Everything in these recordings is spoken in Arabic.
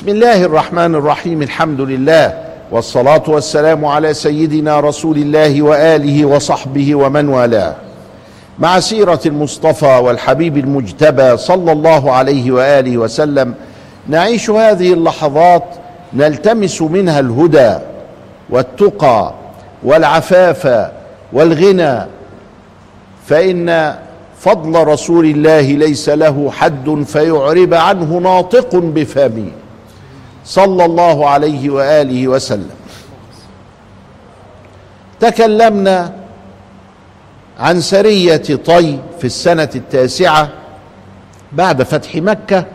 بسم الله الرحمن الرحيم. الحمد لله والصلاة والسلام على سيدنا رسول الله وآله وصحبه ومن والاه. مع سيرة المصطفى والحبيب المجتبى صلى الله عليه وآله وسلم نعيش هذه اللحظات نلتمس منها الهدى والتقى والعفاف والغنى، فإن فضل رسول الله ليس له حد فيعرب عنه ناطق بفمه صلى الله عليه وآله وسلم. تكلمنا عن سرية طي في السنة 9 بعد فتح مكة،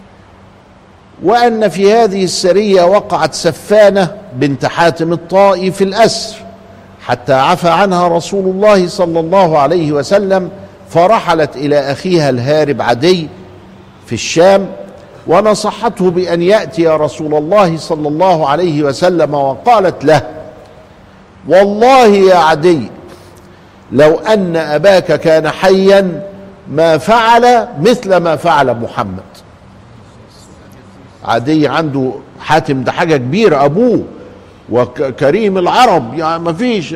وأن في هذه السرية وقعت سفانة بنت حاتم الطائي في الأسر، حتى عفى عنها رسول الله صلى الله عليه وسلم، فرحلت إلى أخيها الهارب عدي في الشام، ونصحته بأن يأتي رسول الله صلى الله عليه وسلم، وقالت له: والله يا عدي لو أن أباك كان حيا ما فعل مثل ما فعل محمد. عدي عنده حاتم ده حاجة كبيرة، أبوه وكريم العرب، يعني ما فيش.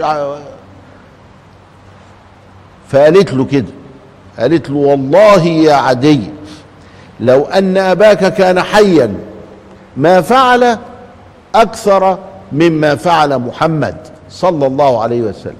فقالت له كده، قالت له: والله يا عدي لو أن أباك كان حيا ما فعل أكثر مما فعل محمد صلى الله عليه وسلم.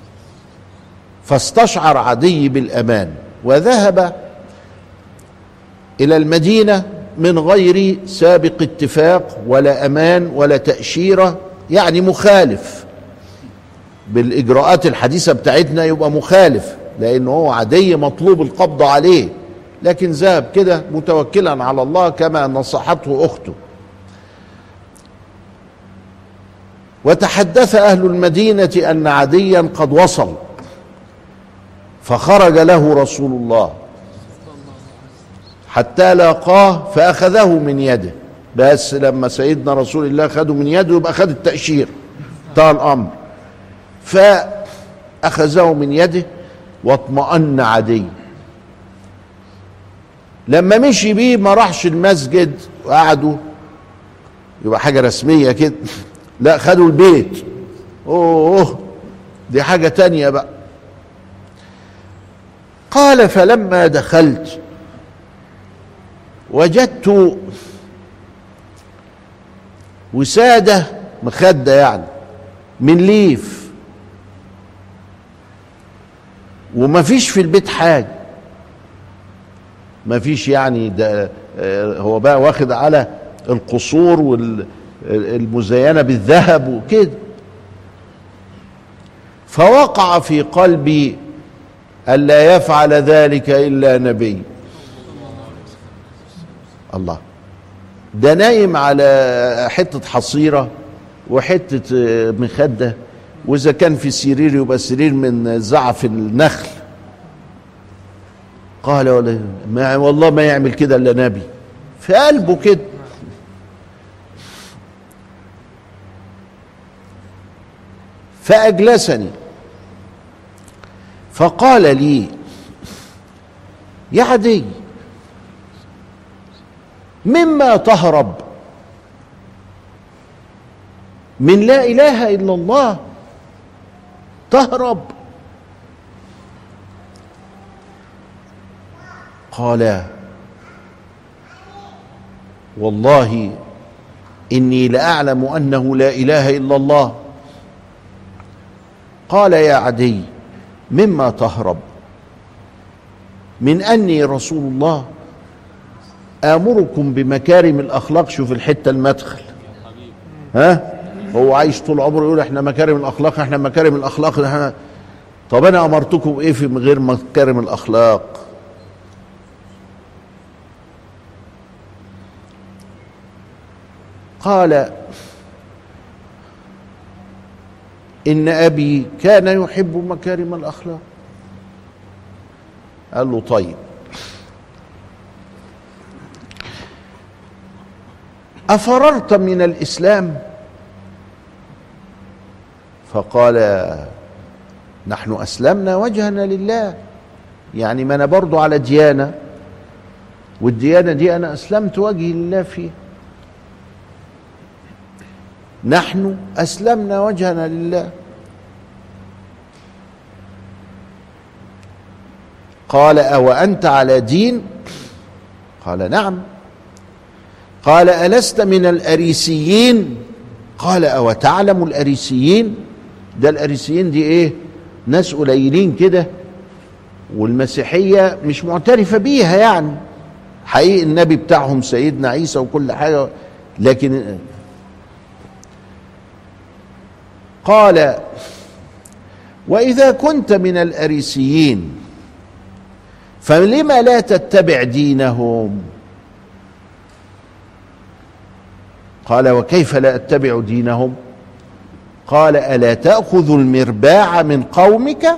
فاستشعر عدي بالأمان وذهب إلى المدينة من غير سابق اتفاق ولا أمان ولا تأشيرة، يعني مخالف بالإجراءات الحديثة بتاعتنا، يبقى مخالف لأنه هو عدي مطلوب القبض عليه، لكن ذهب كده متوكلا على الله كما نصحته أخته. وتحدث أهل المدينة أن عديا قد وصل، فخرج له رسول الله حتى لاقاه فأخذه من يده. بس لما سيدنا رسول الله خده من يده يبقى خد التأشير، انتهى الأمر. فأخذه من يده واطمأن عدي. لما مشي بيه ما راحش المسجد وقعدوا يبقى حاجة رسمية كده، لا، خدوا البيت. اوه دي حاجة تانية بقى. قال: فلما دخلت وجدت وسادة، مخدة يعني من ليف، وما فيش في البيت حاجة، ما فيش يعني. ده هو بقى واخد على القصور والمزينة بالذهب وكده. فوقع في قلبي ألا يفعل ذلك إلا نبي. الله، ده نايم على حتة حصيرة وحتة مخدة، وإذا كان في سرير يبقى سرير من زعف النخل. قال: والله ما يعمل كده إلا نبي. في قلبه كده. فأجلسني فقال لي: يا عدي مما تهرب؟ من لا إله إلا الله تهرب؟ قال: والله إني لأعلم أنه لا إله إلا الله. قال: يا عدي مما تهرب؟ من أني رسول الله آمركم بمكارم الأخلاق. شوف الحتة المدخل، ها؟ هو عايش طول عمره يقول احنا مكارم الأخلاق، احنا مكارم الأخلاق، احنا. طب أنا أمرتكم بإيه في غير مكارم الأخلاق؟ قال: إن أبي كان يحب مكارم الأخلاق. قال له: طيب، أفررت من الإسلام؟ فقال: نحن أسلمنا وجهنا لله، يعني ما أنا برضو على ديانة، والديانة دي أنا أسلمت وجهي لله فيها. نحن أسلمنا وجهنا لله. قال أو أنت على دين؟ قال نعم. قال ألست من الأريسيين؟ قال أو تعلم الأريسيين؟ ده الأريسيين دي إيه؟ ناس قليلين كده، والمسيحية مش معترفة بيها يعني، حقيقي النبي بتاعهم سيدنا عيسى وكل حاجة، لكن قال وإذا كنت من الأريسيين فلما لا تتبع دينهم؟ قال وكيف لا أتبع دينهم؟ قال ألا تأخذ المرباع من قومك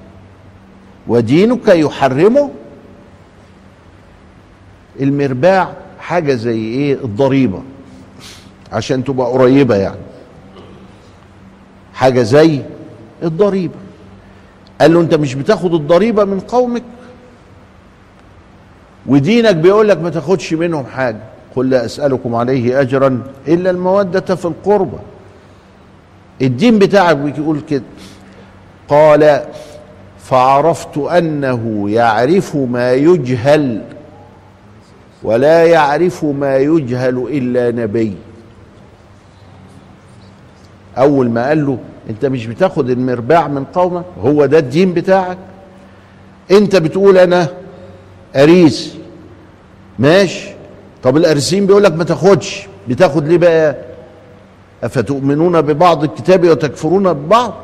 ودينك يحرمه؟ المرباع حاجة زي ايه؟ الضريبة، عشان تبقى قريبة يعني، حاجة زي الضريبة. قال له انت مش بتاخد الضريبة من قومك ودينك بيقول لك ما تاخدش منهم حاجة؟ قل لا أسألكم عليه أجرا إلا المودة في القربى. الدين بتاعك بيقول كده. قال فعرفت أنه يعرف ما يجهل ولا يعرف ما يجهل إلا نبي. أول ما قال له أنت مش بتاخد المرباع من قومك، هو ده الدين بتاعك؟ أنت بتقول أنا أريسي، ماشي، طب الأريسيين بيقول لك ما تاخدش، بتاخد ليه بقى؟ أفتؤمنون ببعض الكتاب وتكفرون ببعض؟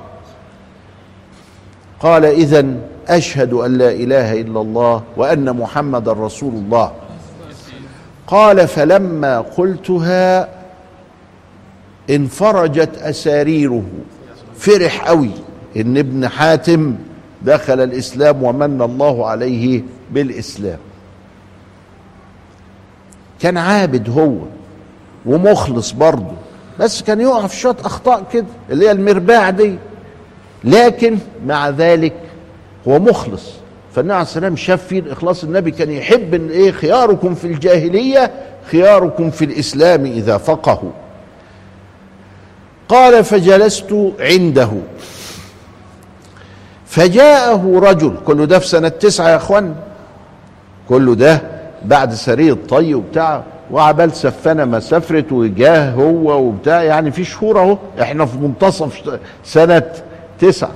قال إذن أشهد أن لا إله إلا الله وأن محمد رسول الله. قال فلما قلتها انفرجت أساريره، فرح قوي إن ابن حاتم دخل الإسلام ومن الله عليه بالإسلام. كان عابد هو ومخلص برضه، بس كان يقع في شوية أخطاء كده اللي هي المرباع دي، لكن مع ذلك هو مخلص. فالنبي عليه السلام شاف فيه الإخلاص. النبي كان يحب إن إيه؟ خياركم في الجاهلية خياركم في الإسلام إذا فقهوا. قال فجلست عنده فجاءه رجل، كله ده في سنة 9 يا أخوان، كله ده بعد سرية طي وبتاع، وعبال سفنة ما سافرت وجاه هو وبتاع، يعني في شهور اهو، احنا في منتصف سنة 9.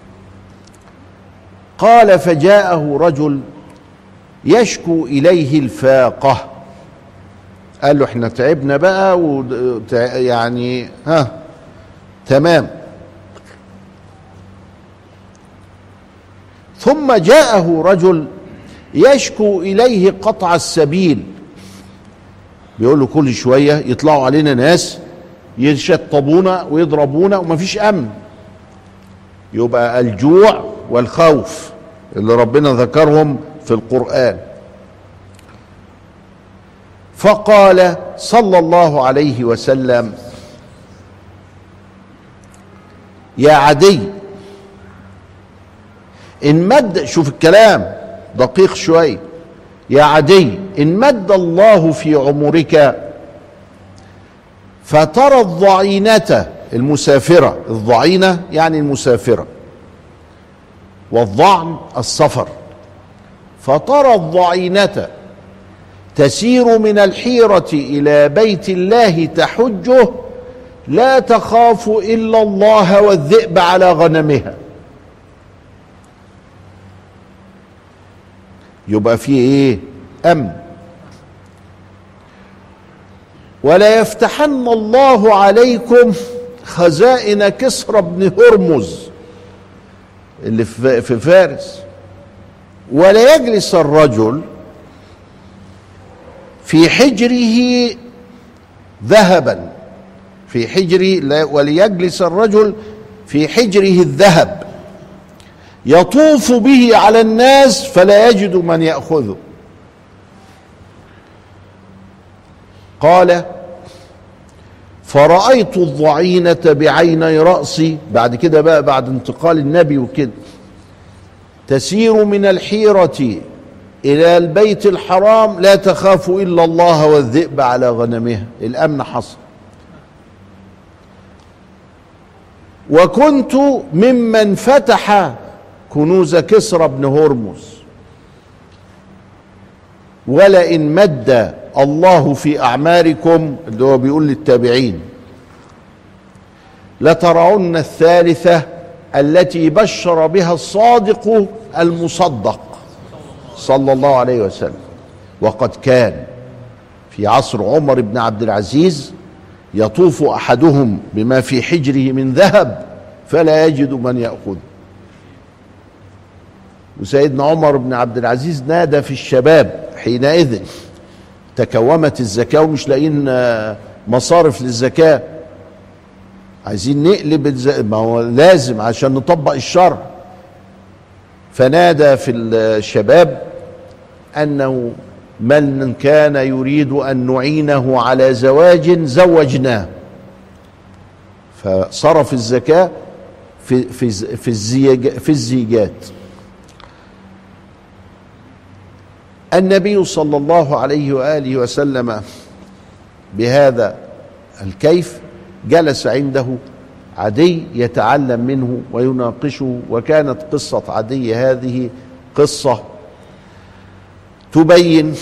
قال فجاءه رجل يشكو إليه الفاقة. قال له احنا تعبنا بقى يعني تمام. ثم جاءه رجل يشكو إليه قطع السبيل، بيقول له كل شوية يطلعوا علينا ناس يشطبونا ويضربونا ومفيش أمن. يبقى الجوع والخوف اللي ربنا ذكرهم في القرآن. فقال صلى الله عليه وسلم يا عدي إن مد، شوف الكلام دقيق شوية، يا عدي إن مد الله في عمرك فترى الضعينة المسافرة، الضعينة يعني المسافرة، والضعن السفر، فترى الضعينة تسير من الحيرة إلى بيت الله تحجه لا تخاف إلا الله والذئب على غنمها. يبقى فيه ايه؟ امن. ولا يفتحن الله عليكم خزائن كسرى بن هرمز اللي في فارس، ولا يجلس الرجل في حجره ذهبا، في حجره، وليجلس الرجل في حجره الذهب يطوف به على الناس فلا يجد من يأخذه. قال فرأيت الضعينة بعيني رأسي، بعد كده بقى بعد انتقال النبي وكده، تسير من الحيرة إلى البيت الحرام لا تخاف إلا الله والذئب على غنمها. الأمن حصل. وكنت ممن فتح كنوز كسرى بن هرمز، ولئن مد الله في أعماركم، اللي هو بيقول للتابعين، لترون الثالثة التي بشر بها الصادق المصدق صلى الله عليه وسلم. وقد كان في عصر عمر بن عبد العزيز يطوف أحدهم بما في حجره من ذهب فلا يجد من يأخذ، وسيدنا عمر بن عبد العزيز نادى في الشباب حينئذ، تكومت الزكاة ومش لاقين مصارف للزكاة، عايزين نقلب ما هو لازم عشان نطبق الشرع، فنادى في الشباب أنه من كان يريد أن نعينه على زواج زوجناه، فصرف الزكاة في الزيجات. النبي صلى الله عليه وآله وسلم بهذا الكيف جلس عنده عدي يتعلم منه ويناقشه، وكانت قصة عدي هذه قصة تبين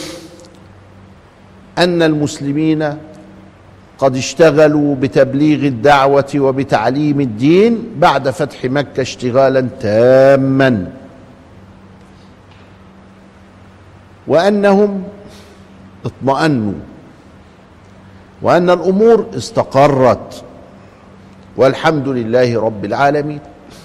أن المسلمين قد اشتغلوا بتبليغ الدعوة وبتعليم الدين بعد فتح مكة اشتغالا تاما، وأنهم اطمأنوا، وأن الأمور استقرت، والحمد لله رب العالمين.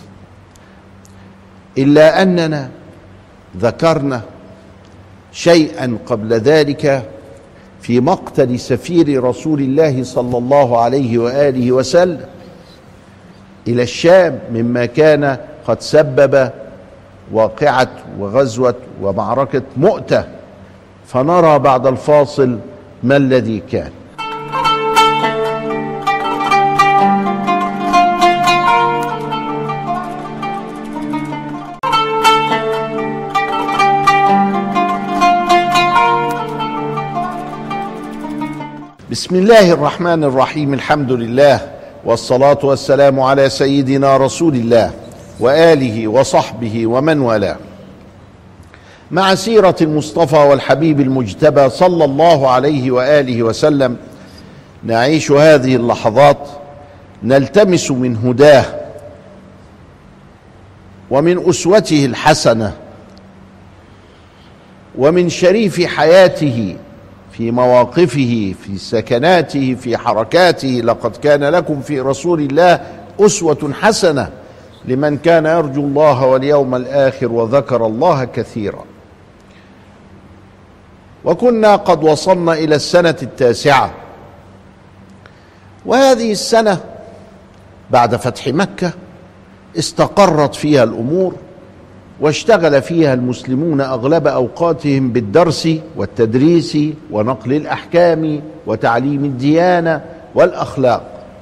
إلا أننا ذكرنا شيئا قبل ذلك في مقتل سفير رسول الله صلى الله عليه وآله وسلم إلى الشام، مما كان قد سبب واقعة وغزوة ومعركة مؤتة، فنرى بعد الفاصل ما الذي كان. بسم الله الرحمن الرحيم، الحمد لله والصلاة والسلام على سيدنا رسول الله وآله وصحبه ومن والاه. مع سيرة المصطفى والحبيب المجتبى صلى الله عليه وآله وسلم نعيش هذه اللحظات نلتمس من هداه ومن أسوته الحسنة ومن شريف حياته في مواقفه، في سكناته، في حركاته. لقد كان لكم في رسول الله أسوة حسنة لمن كان يرجو الله واليوم الآخر وذكر الله كثيرا. وكنا قد وصلنا إلى السنة 9، وهذه السنة بعد فتح مكة استقرت فيها الأمور، واشتغل فيها المسلمون أغلب أوقاتهم بالدرس والتدريس ونقل الأحكام وتعليم الديانة والأخلاق.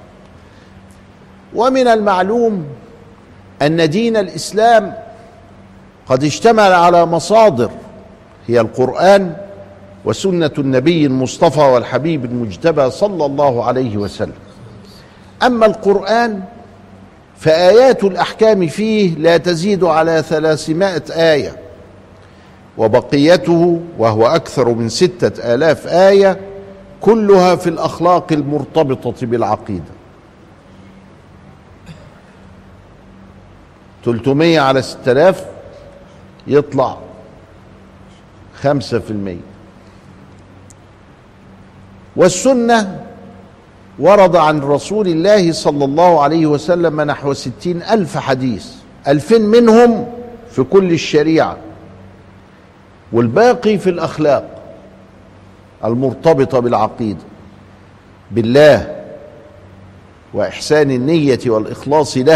ومن المعلوم أن دين الإسلام قد اشتمل على مصادر هي القرآن وسنة النبي المصطفى والحبيب المجتبى صلى الله عليه وسلم. أما القرآن فآيات الأحكام فيه لا تزيد على 300 آية، وبقيته وهو أكثر من 6000 آية كلها في الأخلاق المرتبطة بالعقيدة. 300 على 6000 يطلع 5%. والسنة ورد عن رسول الله صلى الله عليه وسلم نحو 60,000 حديث، 2000 منهم في كل الشريعة، والباقي في الأخلاق المرتبطة بالعقيدة بالله وإحسان النية والإخلاص له،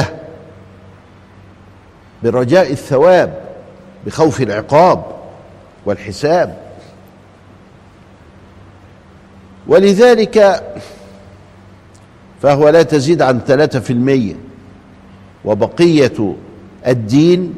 برجاء الثواب، بخوف العقاب والحساب. ولذلك فهو لا تزيد عن 3%، وبقية الدين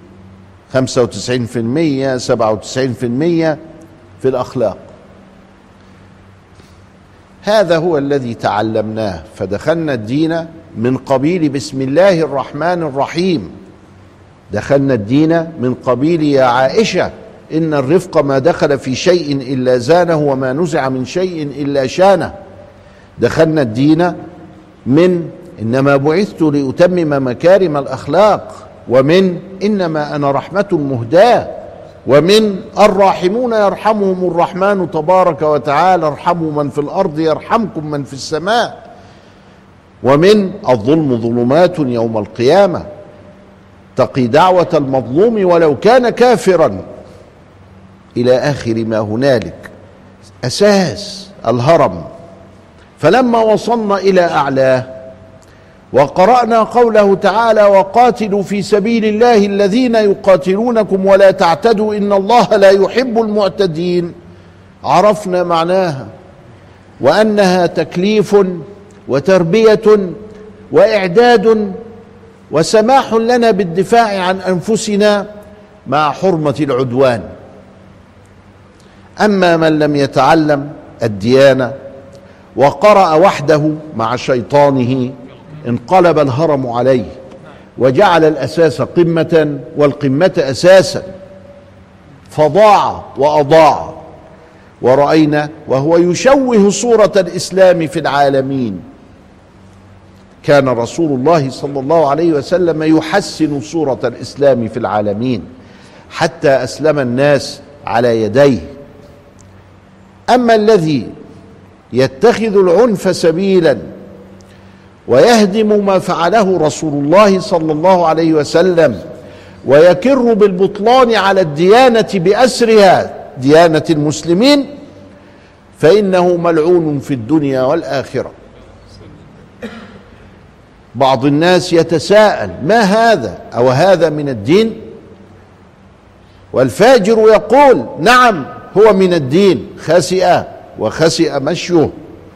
95% 97% في الأخلاق. هذا هو الذي تعلمناه، فدخلنا الدين من قبيل بسم الله الرحمن الرحيم. دخلنا الدين من قبيل يا عائشة إن الرفق ما دخل في شيء إلا زانه وما نزع من شيء إلا شانه. دخلنا الدين من إنما بعثت لأتمم مكارم الأخلاق، ومن إنما أنا رحمة مهداة، ومن الراحمون يرحمهم الرحمن تبارك وتعالى ارحموا من في الأرض يرحمكم من في السماء، ومن الظلم ظلمات يوم القيامة تقي دعوة المظلوم ولو كان كافرا، إلى آخر ما هنالك. أساس الهرم. فلما وصلنا إلى أعلاه وقرأنا قوله تعالى وقاتلوا في سبيل الله الذين يقاتلونكم ولا تعتدوا إن الله لا يحب المعتدين، عرفنا معناها وأنها تكليف وتربية وإعداد وسماح لنا بالدفاع عن أنفسنا مع حرمة العدوان. أما من لم يتعلم الديانة وقرأ وحده مع شيطانه انقلب الهرم عليه وجعل الأساس قمة والقمة أساسا، فضاع وأضاع. ورأينا وهو يشوه صورة الإسلام في العالمين. كان رسول الله صلى الله عليه وسلم يحسن صورة الإسلام في العالمين حتى أسلم الناس على يديه. أما الذي يتخذ العنف سبيلا ويهدم ما فعله رسول الله صلى الله عليه وسلم ويكر بالبطلان على الديانة بأسرها ديانة المسلمين فإنه ملعون في الدنيا والآخرة. بعض الناس يتساءل ما هذا أو هذا من الدين؟ والفاجر يقول نعم هو من الدين، خسئ وخسئ مشيه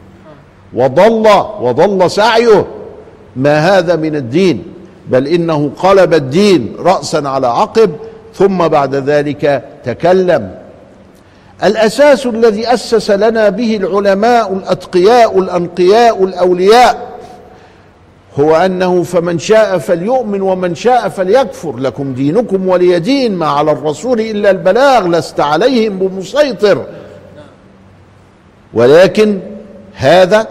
وضل سعيه، ما هذا من الدين، بل إنه قلب الدين رأسا على عقب ثم بعد ذلك تكلم. الأساس الذي أسس لنا به العلماء الأتقياء الأنقياء الأولياء هو أنه فمن شاء فليؤمن ومن شاء فليكفر، لكم دينكم ولي دين، ما على الرسول إلا البلاغ، لست عليهم بمسيطر. ولكن هذا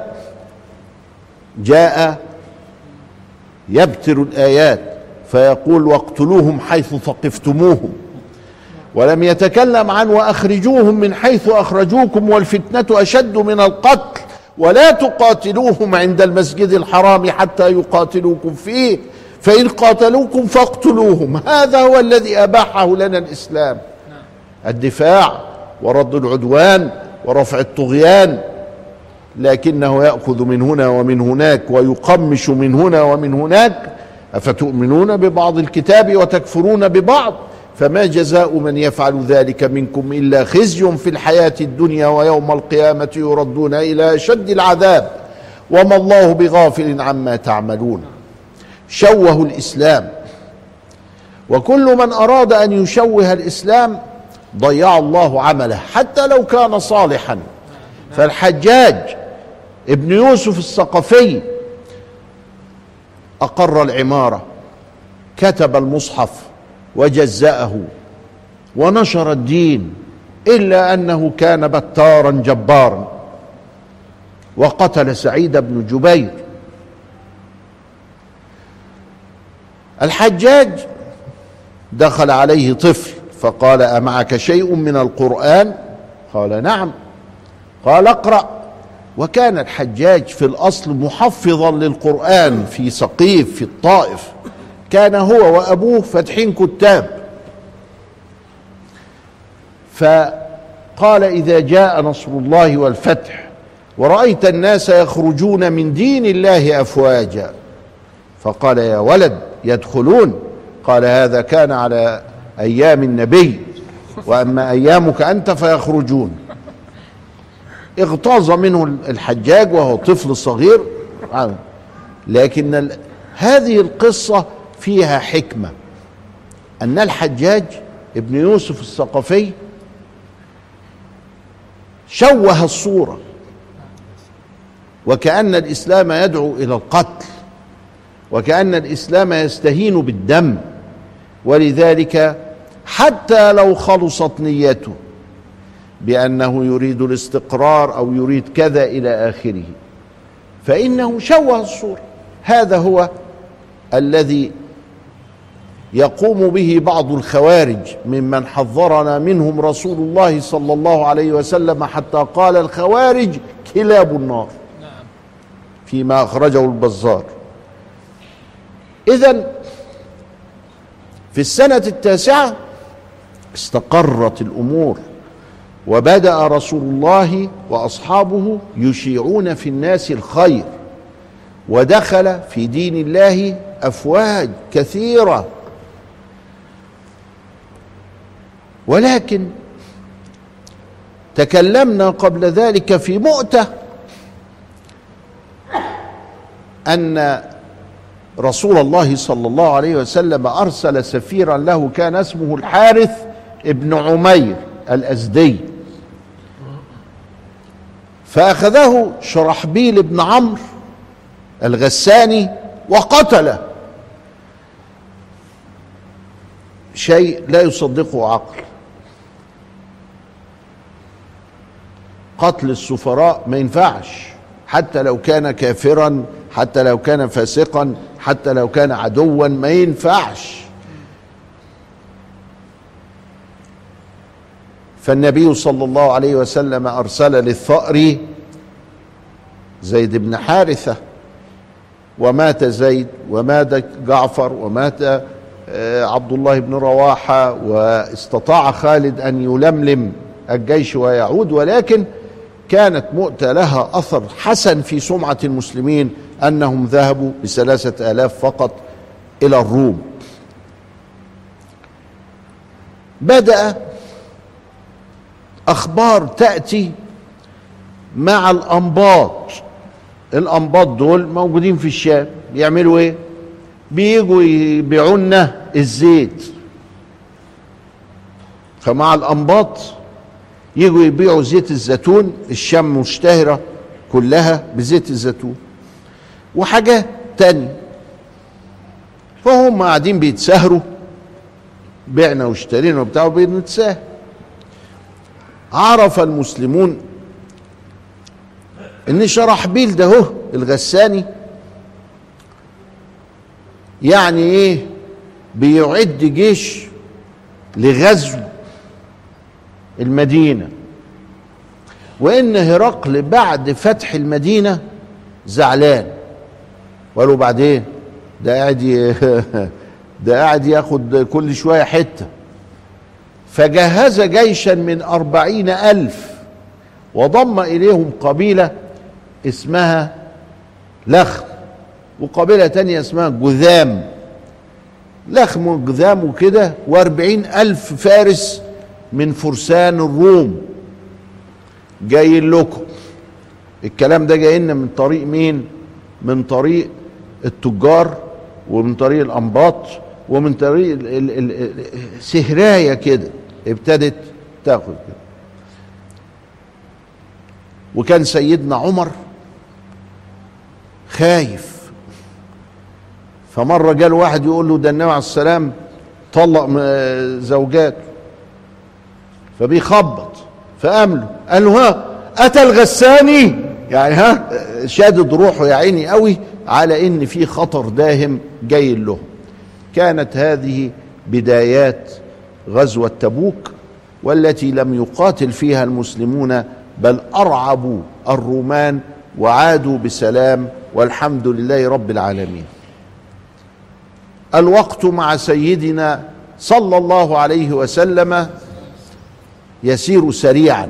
جاء يبتر الآيات فيقول واقتلوهم حيث ثقفتموهم، ولم يتكلم عن وأخرجوهم من حيث أخرجوكم والفتنة أشد من القتل ولا تقاتلوهم عند المسجد الحرام حتى يقاتلوكم فيه فإن قاتلوكم فاقتلوهم. هذا هو الذي أباحه لنا الإسلام، الدفاع ورد العدوان ورفع الطغيان، لكنه يأخذ من هنا ومن هناك ويقمش من هنا ومن هناك. أفتؤمنون ببعض الكتاب وتكفرون ببعض فما جزاء من يفعل ذلك منكم إلا خزي في الحياة الدنيا ويوم القيامة يردون إلى أشد العذاب وما الله بغافل عما تعملون. شوهوا الإسلام، وكل من أراد أن يشوه الإسلام ضيع الله عمله حتى لو كان صالحا. فالحجاج ابن يوسف الثقفي أقر العمارة، كتب المصحف وجزأه ونشر الدين، إلا أنه كان بتارا جبارا وقتل سعيد بن جبير. الحجاج دخل عليه طفل فقال أمعك شيء من القرآن؟ قال نعم. قال اقرأ. وكان الحجاج في الأصل محفظا للقرآن في سقيف في الطائف، كان هو وأبوه فاتحين كتاب. فقال إذا جاء نصر الله والفتح ورأيت الناس يخرجون من دين الله أفواجا، فقال يا ولد يدخلون؟ قال هذا كان على أيام النبي، وأما أيامك أنت فيخرجون. اغتاظ منه الحجاج وهو طفل صغير. لكن هذه القصة فيها حكمة، أن الحجاج ابن يوسف الثقفي شوه الصورة وكأن الإسلام يدعو إلى القتل وكأن الإسلام يستهين بالدم، ولذلك حتى لو خلصت نيته بأنه يريد الاستقرار أو يريد كذا إلى آخره، فإنه شوه الصورة. هذا هو الذي يقوم به بعض الخوارج ممن حذرنا منهم رسول الله صلى الله عليه وسلم، حتى قال الخوارج كلاب النار فيما أخرجه البزار. إذن في السنة 9 استقرت الأمور، وبدأ رسول الله وأصحابه يشيعون في الناس الخير، ودخل في دين الله أفواج كثيرة. ولكن تكلمنا قبل ذلك في مؤتة أن رسول الله صلى الله عليه وسلم أرسل سفيرا له كان اسمه الحارث ابن عمير الأزدي، فأخذه شرحبيل بن عمرو الغساني وقتله، شيء لا يصدقه عقل. قتل السفراء ما ينفعش، حتى لو كان كافرا، حتى لو كان فاسقا، حتى لو كان عدوا، ما ينفعش. فالنبي صلى الله عليه وسلم أرسل للثأر زيد بن حارثة، ومات زيد ومات جعفر ومات عبد الله بن رواحة، واستطاع خالد أن يلملم الجيش ويعود، ولكن كانت مؤتة لها أثر حسن في سمعة المسلمين أنهم ذهبوا ب3,000 فقط إلى الروم. بدأ أخبار تأتي مع الأنباط. الأنباط دول موجودين في الشام، يعملوا إيه؟ بيجوا يبيعونا الزيت، فمع الأنباط يجوا يبيعوا زيت الزيتون. الشام مشتهرة كلها بزيت الزيتون وحاجات تانية، فهم قاعدين بيتساهروا، بعنا واشترينا وبتاع وبنتساهر. عرف المسلمون ان شرحبيل ده هو الغساني يعني ايه بيعد جيش لغزو المدينة، وان هرقل بعد فتح المدينة زعلان، وقالوا بعدين ده قاعد ياخد كل شوية حتة. فجهز جيشا من 40,000 وضم إليهم قبيلة اسمها لخم، وقبيلة تانية اسمها جذام. لخم وجذام وكده، و40,000 فارس من فرسان الروم جايين لكم. الكلام ده جاي لنا من طريق مين؟ من طريق التجار، ومن طريق الأنباط، ومن طريق سهراية كده ابتدت تاخد كده. وكان سيدنا عمر خايف، فمرة جاله واحد يقول له ده النبي عليه السلام طلق زوجاته، فبيخبط، فقام له قال له ها أتى الغساني، يعني ها شادد روحه يا عيني قوي على ان في خطر داهم جاي له. كانت هذه بدايات غزوة تبوك، والتي لم يقاتل فيها المسلمون بل أرعبوا الرومان وعادوا بسلام، والحمد لله رب العالمين. الوقت مع سيدنا صلى الله عليه وسلم يسير سريعا،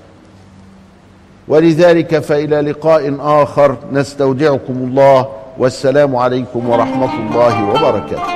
ولذلك فإلى لقاء آخر نستودعكم الله، والسلام عليكم ورحمة الله وبركاته.